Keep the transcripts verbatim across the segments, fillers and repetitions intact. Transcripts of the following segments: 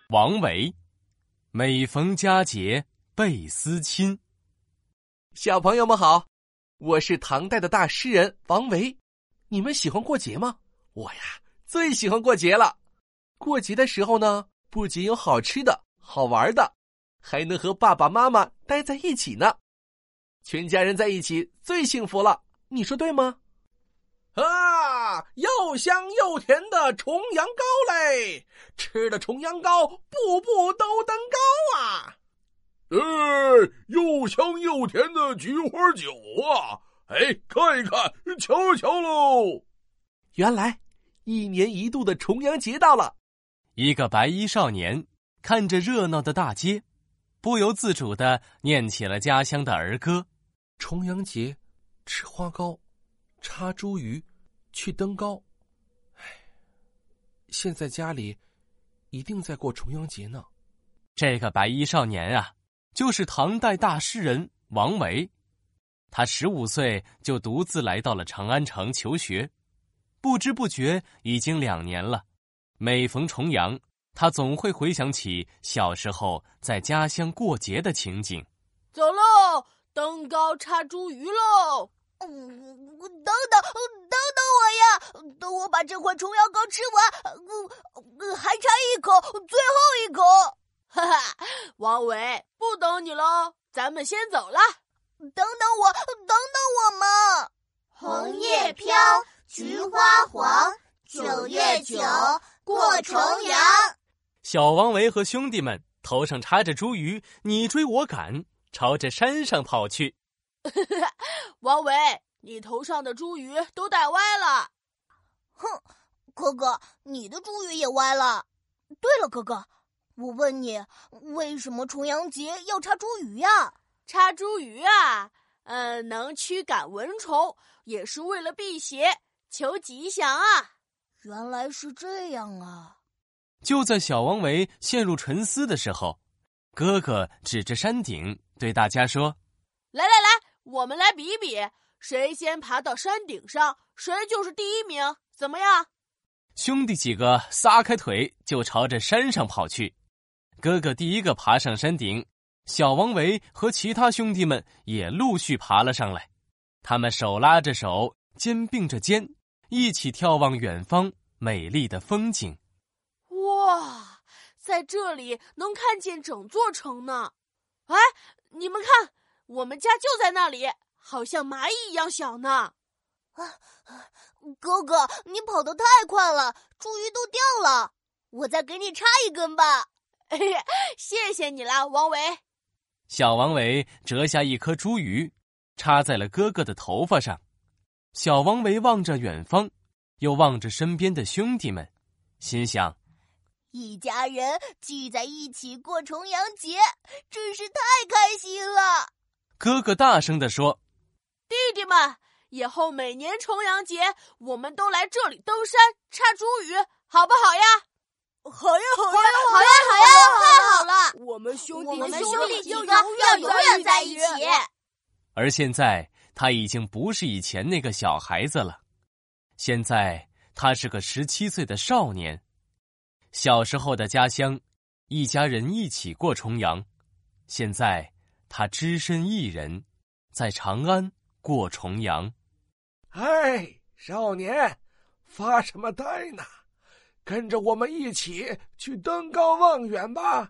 王维，每逢佳节倍思亲。 小朋友们好，我是唐代的大诗人王维。你们喜欢过节吗？我呀，最喜欢过节了。过节的时候呢，不仅有好吃的、好玩的，还能和爸爸妈妈待在一起呢。全家人在一起最幸福了，你说对吗？啊，又香又甜的重阳糕嘞！吃了重阳糕，步步都登高啊！ 哎，又香又甜的菊花酒啊！哎，看一看，瞧一瞧喽！ 原来，一年一度的重阳节到了。 一个白衣少年看着热闹的大街，不由自主地念起了家乡的儿歌。 重阳节，吃花糕，插茱萸，去登高。唉，现在家里一定在过重阳节呢。 这个白衣少年啊，就是唐代大诗人王维。他十五岁就独自来到了长安城求学，不知不觉已经两年了。每逢重阳，他总会回想起小时候在家乡过节的情景。 走喽，登高插茱萸喽！ 嗯，等等，等等我呀！等我把这块重阳糕吃完，嗯，还差一口，最后一口。 哈哈，王维，不等你喽，咱们先走了。 等等我，等等我嘛！ 红叶飘，菊花黄，九月九，过重阳。 小王维和兄弟们头上插着茱萸，你追我赶，朝着山上跑去。 王维，你头上的茱萸都带歪了。 哼，哥哥，你的茱萸也歪了。对了，哥哥，我问你，为什么重阳节要插茱萸呀？ 插茱萸啊，呃，能驱赶蚊虫，也是为了辟邪、求吉祥啊。 原来是这样啊！ 就在小王维陷入沉思的时候，哥哥指着山顶对大家说：“ 来来来，我们来比比，谁先爬到山顶上，谁就是第一名，怎么样？” 兄弟几个撒开腿就朝着山上跑去。哥哥第一个爬上山顶，小王维和其他兄弟们也陆续爬了上来。他们手拉着手，肩并着肩，一起眺望远方美丽的风景。 哇，在这里能看见整座城呢！哎，你们看，我们家就在那里，好像蚂蚁一样小呢。 啊，哥哥，你跑得太快了，茱萸都掉了，我再给你插一根吧。 哎呀，谢谢你啦，王维。 小王维折下一颗茱萸，插在了哥哥的头发上。小王维望着远方，又望着身边的兄弟们，心想： 一家人聚在一起过重阳节，真是太开心了。 哥哥大声地说： 弟弟们，以后每年重阳节我们都来这里登山插茱萸，好不好呀？ 好呀，好呀， 好呀，好呀， 太好了！ 我们兄弟， 我们兄弟几个要永远在一起。 而现在，他已经不是以前那个小孩子了，现在他是个十七岁的少年。小时候的家乡，一家人一起过重阳，现在他只身一人，在长安过重阳。 哎，少年，发什么呆呢？跟着我们一起去登高望远吧！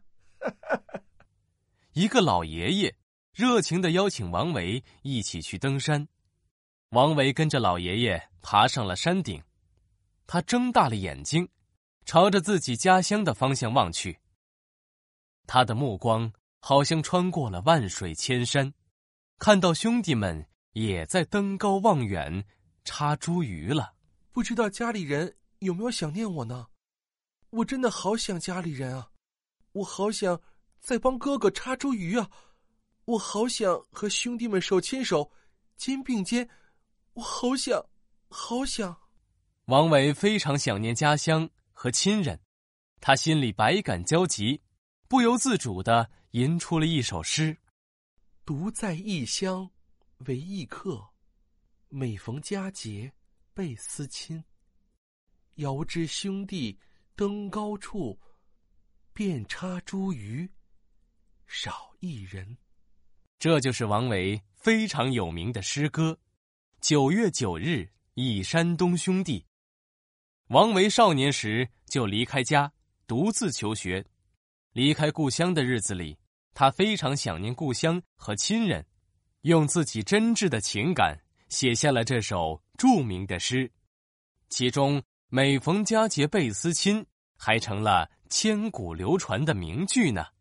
一个老爷爷热情地邀请王维一起去登山。王维跟着老爷爷爬上了山顶，他睁大了眼睛，朝着自己家乡的方向望去。他的目光好像穿过了万水千山，看到兄弟们也在登高望远，插茱萸了。 不知道家里人有没有想念我呢？我真的好想家里人啊！我好想再帮哥哥插茱萸啊！我好想和兄弟们手牵手，肩并肩，我好想，好想。 王维非常想念家乡和亲人，他心里百感交集，不由自主地吟出了一首诗： 独在异乡为异客，每逢佳节倍思亲。遥知兄弟登高处， 遍插茱萸，少一人。 这就是王维非常有名的诗歌《九月九日忆山东兄弟》。王维少年时就离开家，独自求学。离开故乡的日子里，他非常想念故乡和亲人，用自己真挚的情感写下了这首著名的诗。其中每逢佳节倍思亲还成了千古流传的名句呢。